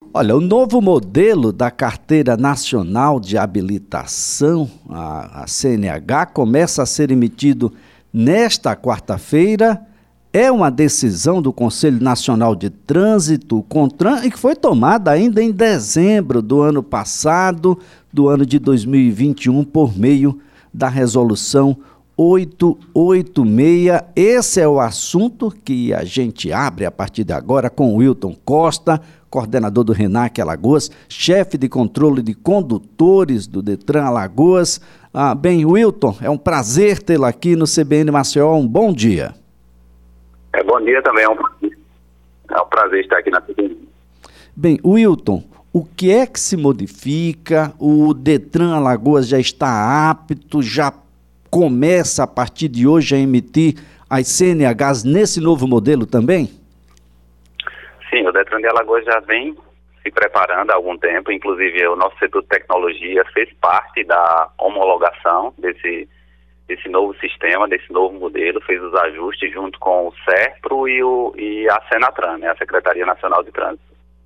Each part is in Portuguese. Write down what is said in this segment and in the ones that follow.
Olha, o novo modelo da Carteira Nacional de Habilitação, a CNH, começa a ser emitido nesta quarta-feira. É uma decisão do Conselho Nacional de Trânsito, CONTRAN, e que foi tomada ainda em dezembro do ano passado, do ano de 2021, por meio da Resolução 886. Esse é o assunto que a gente abre a partir de agora com o Wilton Costa, coordenador do RENAC Alagoas, chefe de controle de condutores do Detran Alagoas. Bem, Wilton, é um prazer tê-lo aqui no CBN Maceió. Um bom dia. Bom dia também, é um prazer estar aqui na CBN. Bem, Wilton, o que é que se modifica? O Detran Alagoas já está apto, já começa a partir de hoje a emitir as CNHs nesse novo modelo também? Sim, o Detran de Alagoas já vem se preparando há algum tempo, inclusive o nosso setor de tecnologia fez parte da homologação desse novo sistema, desse novo modelo, fez os ajustes junto com o SERPRO e a Senatran, né, a Secretaria Nacional de Trânsito.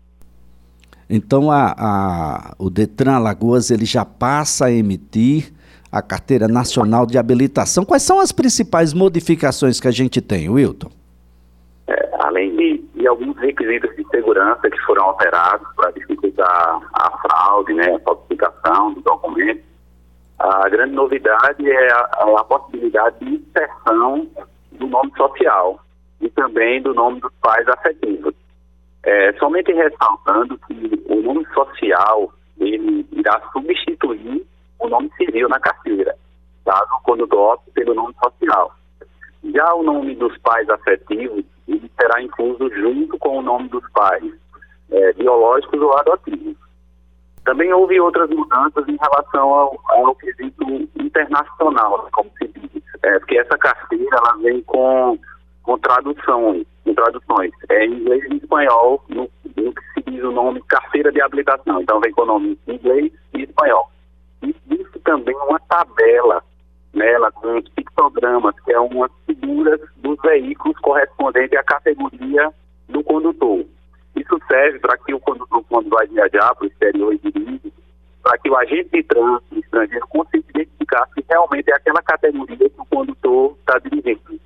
Então o Detran Alagoas ele já passa a emitir a Carteira Nacional de Habilitação. Quais são as principais modificações que a gente tem, Wilton? Além de alguns requisitos de segurança que foram alterados para dificultar a fraude, né, a falsificação do documento, a grande novidade é a possibilidade de inserção do nome social e também do nome dos pais afetivos. Somente ressaltando que o nome social ele irá substituir o nome civil na carteira, caso o condutor opte pelo nome social. Já o nome dos pais afetivos ele será incluso junto com o nome dos pais biológicos ou adotivos. Também houve outras mudanças em relação ao quesito internacional, como se diz, porque essa carteira ela vem com traduções em inglês e espanhol, no que se diz o nome carteira de habilitação. Então vem com o nome em inglês e espanhol. E existe também uma tabela nela com os pictogramas, que é umas figuras dos veículos correspondentes à categoria do condutor. Isso serve para que o condutor, quando vai viajar para o exterior e dirige, para que o agente de trânsito estrangeiro consiga identificar se realmente é aquela categoria que o condutor está dirigindo.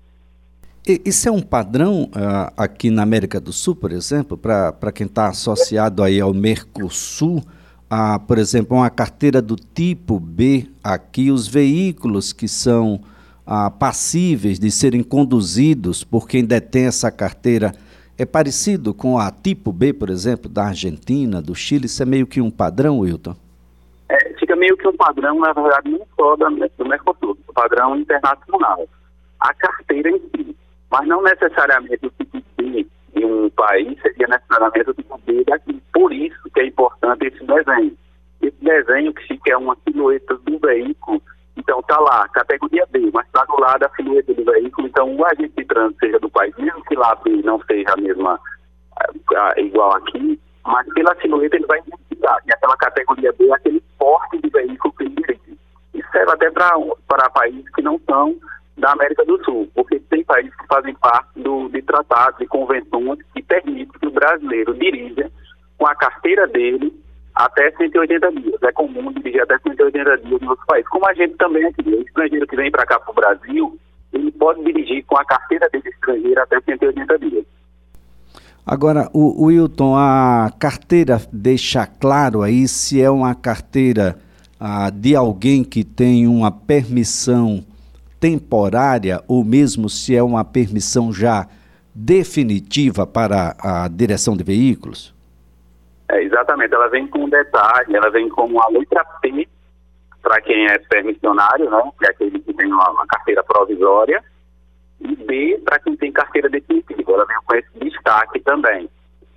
Isso é um padrão aqui na América do Sul, por exemplo, para quem está associado aí ao Mercosul, por exemplo, uma carteira do tipo B, aqui os veículos que são passíveis de serem conduzidos por quem detém essa carteira é parecido com a tipo B, por exemplo, da Argentina, do Chile? Isso é meio que um padrão, Wilton? Fica meio que um padrão, na verdade, não só do Mercosul, um padrão internacional. A carteira em si, mas não necessariamente o tipo B de um país seria necessariamente o tipo B daqui. Por isso que é importante esse desenho. Esse desenho que fica é uma silhueta do veículo. Então está lá, categoria B, mas está do lado a silhueta do veículo. Então o agente de trânsito seja do país, mesmo que lá B não seja a mesma, igual aqui, mas pela silhueta ele vai identificar que aquela categoria B é aquele porte de veículo que ele dirige. Isso serve até para países que não são da América do Sul, porque tem países que fazem parte de tratados e convenções que permitem que o brasileiro dirija com a carteira dele até 180 dias. É comum dirigir até 180 dias em outros países. Como a gente também aqui, o estrangeiro que vem para cá para o Brasil, ele pode dirigir com a carteira dele estrangeiro até 180 dias. Agora, o Wilton, a carteira deixa claro aí se é uma carteira de alguém que tem uma permissão temporária ou mesmo se é uma permissão já definitiva para a direção de veículos? Exatamente, ela vem com um detalhe, ela vem com a letra P para quem é permissionário, né, que é aquele que tem uma carteira provisória, e B para quem tem carteira definitiva, ela vem com esse destaque também.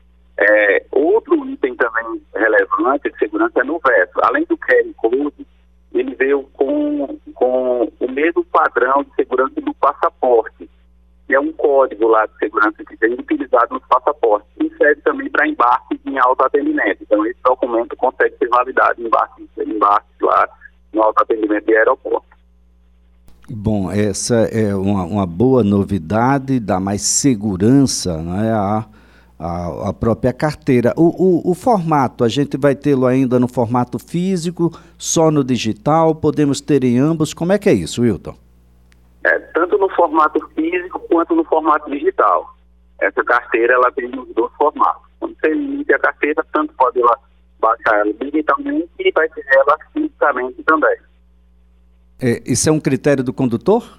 Outro item também relevante de segurança é no verso, além do QR Code, ele veio com o mesmo padrão de segurança do passaporte, que é um código lá de segurança que tem utilizado nos passaportes, que serve também para embarques em autoatendimento. Então, esse documento consegue ser validado em embarques lá no autoatendimento de aeroporto. Bom, essa é uma boa novidade, dá mais segurança, né, a própria carteira. O formato, a gente vai tê-lo ainda no formato físico, só no digital, podemos ter em ambos, como é que é isso, Wilton? Tanto no formato físico quanto no formato digital. Essa carteira, ela tem os dois formatos. Quando você inicia a carteira, tanto pode ela baixar ela digitalmente e vai ter ela fisicamente também. Isso é um critério do condutor?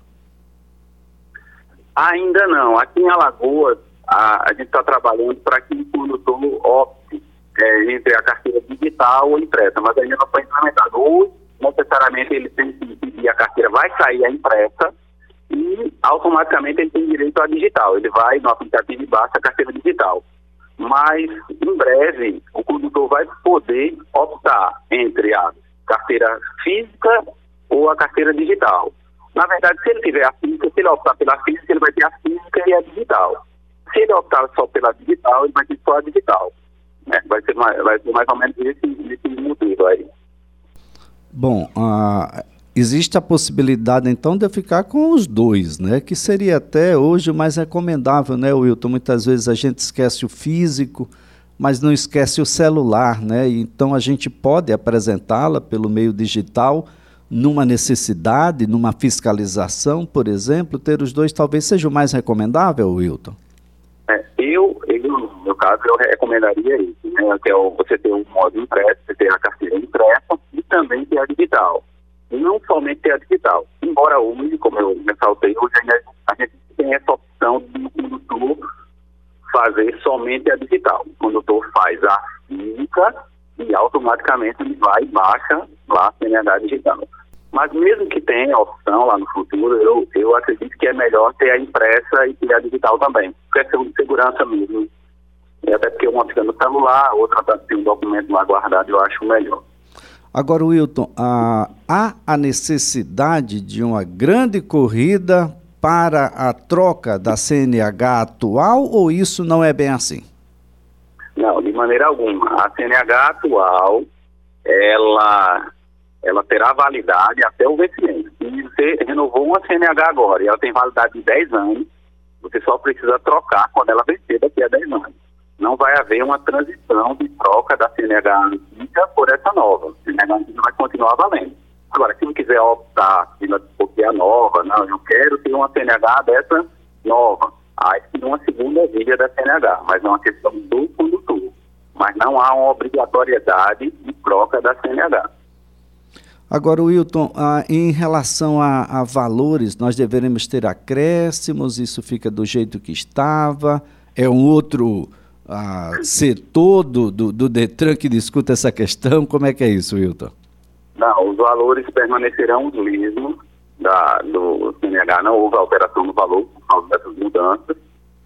Ainda não. Aqui em Alagoas, a gente está trabalhando para que o condutor opte entre a carteira digital ou impressa, mas ainda não foi implementado. Ou, necessariamente, ele tem que pedir a carteira, vai sair a impressa e, automaticamente, ele tem direito à digital. Ele vai no aplicativo e baixa a carteira digital. Mas, em breve, o condutor vai poder optar entre a carteira física ou a carteira digital. Na verdade, se ele tiver a física, se ele optar pela física, ele vai ter a física e a digital. Se ele optar só pela digital, ele vai ter só a digital. Vai ser mais ou menos esse modelo aí. Bom, existe a possibilidade, então, de eu ficar com os dois, né? Que seria até hoje o mais recomendável, né, Wilton? Muitas vezes a gente esquece o físico, mas não esquece o celular, né? Então a gente pode apresentá-la pelo meio digital, numa necessidade, numa fiscalização, por exemplo, ter os dois talvez seja o mais recomendável, Wilton? No meu caso, eu recomendaria isso, né? Que é você ter um modo impresso, você ter a carteira impressa e também ter a digital. E não somente ter a digital. Embora hoje, como eu ressaltei, hoje a gente tem essa opção de o condutor fazer somente a digital. O condutor faz a física e automaticamente ele vai e baixa lá a CNH digital. Mas mesmo que tenha a opção lá no futuro, eu acredito que é melhor ter a impressa e ter a digital também. Porque é questão de segurança mesmo. E até porque uma fica no celular, outra tem um documento lá guardado, eu acho melhor. Agora, Wilton, há a necessidade de uma grande corrida para a troca da CNH atual ou isso não é bem assim? Não, de maneira alguma. A CNH atual, ela terá validade até o vencimento. E você renovou uma CNH agora e ela tem validade de 10 anos, você só precisa trocar quando ela vencer daqui a 10 anos. Não vai haver uma transição de troca da CNH antiga por essa nova. A CNH antiga vai continuar valendo. Agora, se não quiser optar porque a nova, não, eu quero ter uma CNH dessa nova. Aí tem uma segunda via da CNH, mas é uma questão do condutor. Mas não há uma obrigatoriedade de troca da CNH. Agora, Wilton, em relação a valores, nós deveremos ter acréscimos, isso fica do jeito que estava, é um outro setor do Detran que discuta essa questão, como é que é isso, Wilton? Não, os valores permanecerão os mesmos do CNH, não houve alteração no valor por causa dessas mudanças,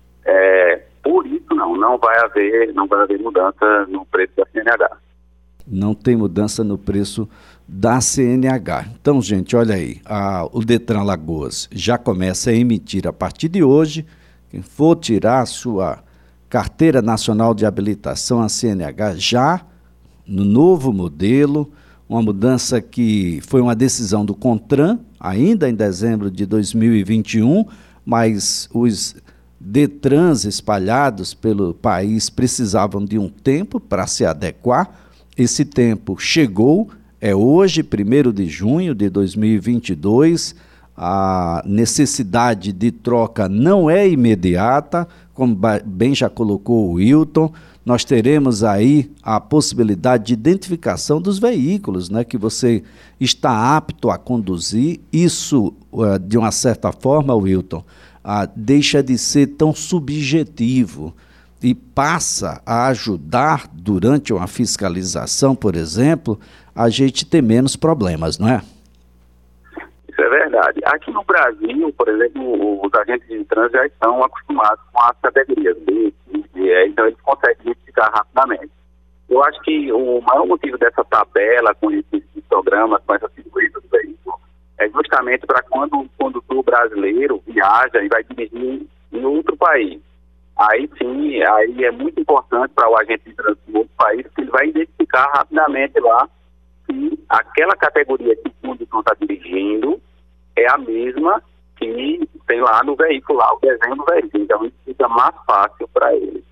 por isso não vai haver mudança no preço da CNH. Não tem mudança no preço da CNH. Então, gente, olha aí, o Detran Alagoas já começa a emitir a partir de hoje, quem for tirar a sua Carteira Nacional de Habilitação, a CNH, já no novo modelo, uma mudança que foi uma decisão do CONTRAN, ainda em dezembro de 2021, mas os Detrans espalhados pelo país precisavam de um tempo para se adequar. Esse tempo chegou, é hoje, 1º de junho de 2022, a necessidade de troca não é imediata, como bem já colocou o Wilton, nós teremos aí a possibilidade de identificação dos veículos, né, que você está apto a conduzir. Isso, de uma certa forma, Wilton, deixa de ser tão subjetivo e passa a ajudar, durante uma fiscalização, por exemplo, a gente ter menos problemas, não é? Isso é verdade. Aqui no Brasil, por exemplo, os agentes de trânsito já estão acostumados com as categorias B, então eles conseguem identificar rapidamente. Eu acho que o maior motivo dessa tabela, com esses programas, com essa figurita do veículo, é justamente para quando o condutor brasileiro viaja e vai dirigir em outro país. Aí sim, aí é muito importante para o agente de trânsito do outro país, que ele vai identificar rapidamente lá se aquela categoria que o condutor está dirigindo é a mesma que tem lá no veículo, lá o desenho do veículo. Então isso fica mais fácil para ele.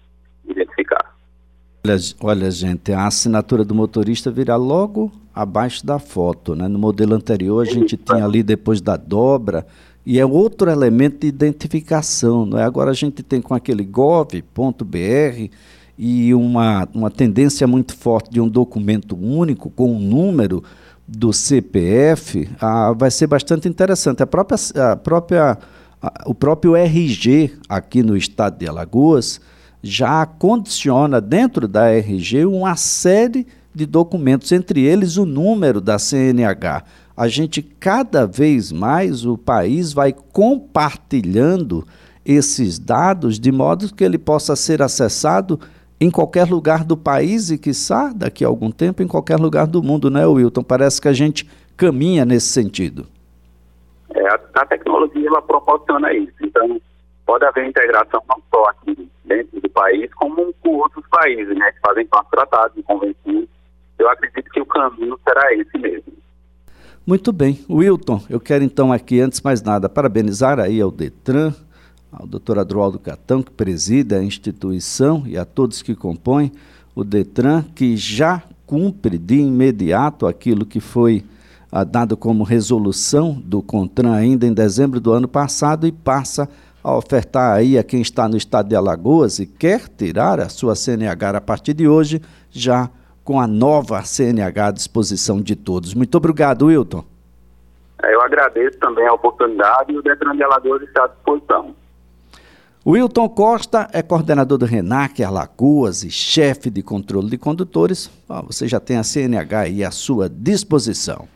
identificar. Olha, gente, a assinatura do motorista virá logo abaixo da foto, né? No modelo anterior a gente tinha ali depois da dobra, e é outro elemento de identificação, não é? Agora a gente tem com aquele gov.br e uma tendência muito forte de um documento único com o número do CPF, vai ser bastante interessante. O próprio RG aqui no estado de Alagoas já condiciona dentro da RG uma série de documentos, entre eles o número da CNH. A gente, cada vez mais, o país vai compartilhando esses dados de modo que ele possa ser acessado em qualquer lugar do país e, quiçá, daqui a algum tempo, em qualquer lugar do mundo, né, Wilton? Parece que a gente caminha nesse sentido. A tecnologia, ela proporciona isso. Então, pode haver integração não só aqui dentro do país, como com outros países, né, que fazem parte do tratado, de convenções. Eu acredito que o caminho será esse mesmo. Muito bem. Wilton, eu quero então aqui, antes de mais nada, parabenizar aí ao Detran, ao Dr. Adroaldo Catão, que preside a instituição, e a todos que compõem o Detran, que já cumpre de imediato aquilo que foi dado como resolução do CONTRAN ainda em dezembro do ano passado e passa a ofertar aí a quem está no estado de Alagoas e quer tirar a sua CNH a partir de hoje, já com a nova CNH à disposição de todos. Muito obrigado, Wilton. Eu agradeço também a oportunidade e o Detran de Alagoas está à disposição. Wilton Costa é coordenador do RENAC Alagoas e chefe de controle de condutores. Você já tem a CNH aí à sua disposição.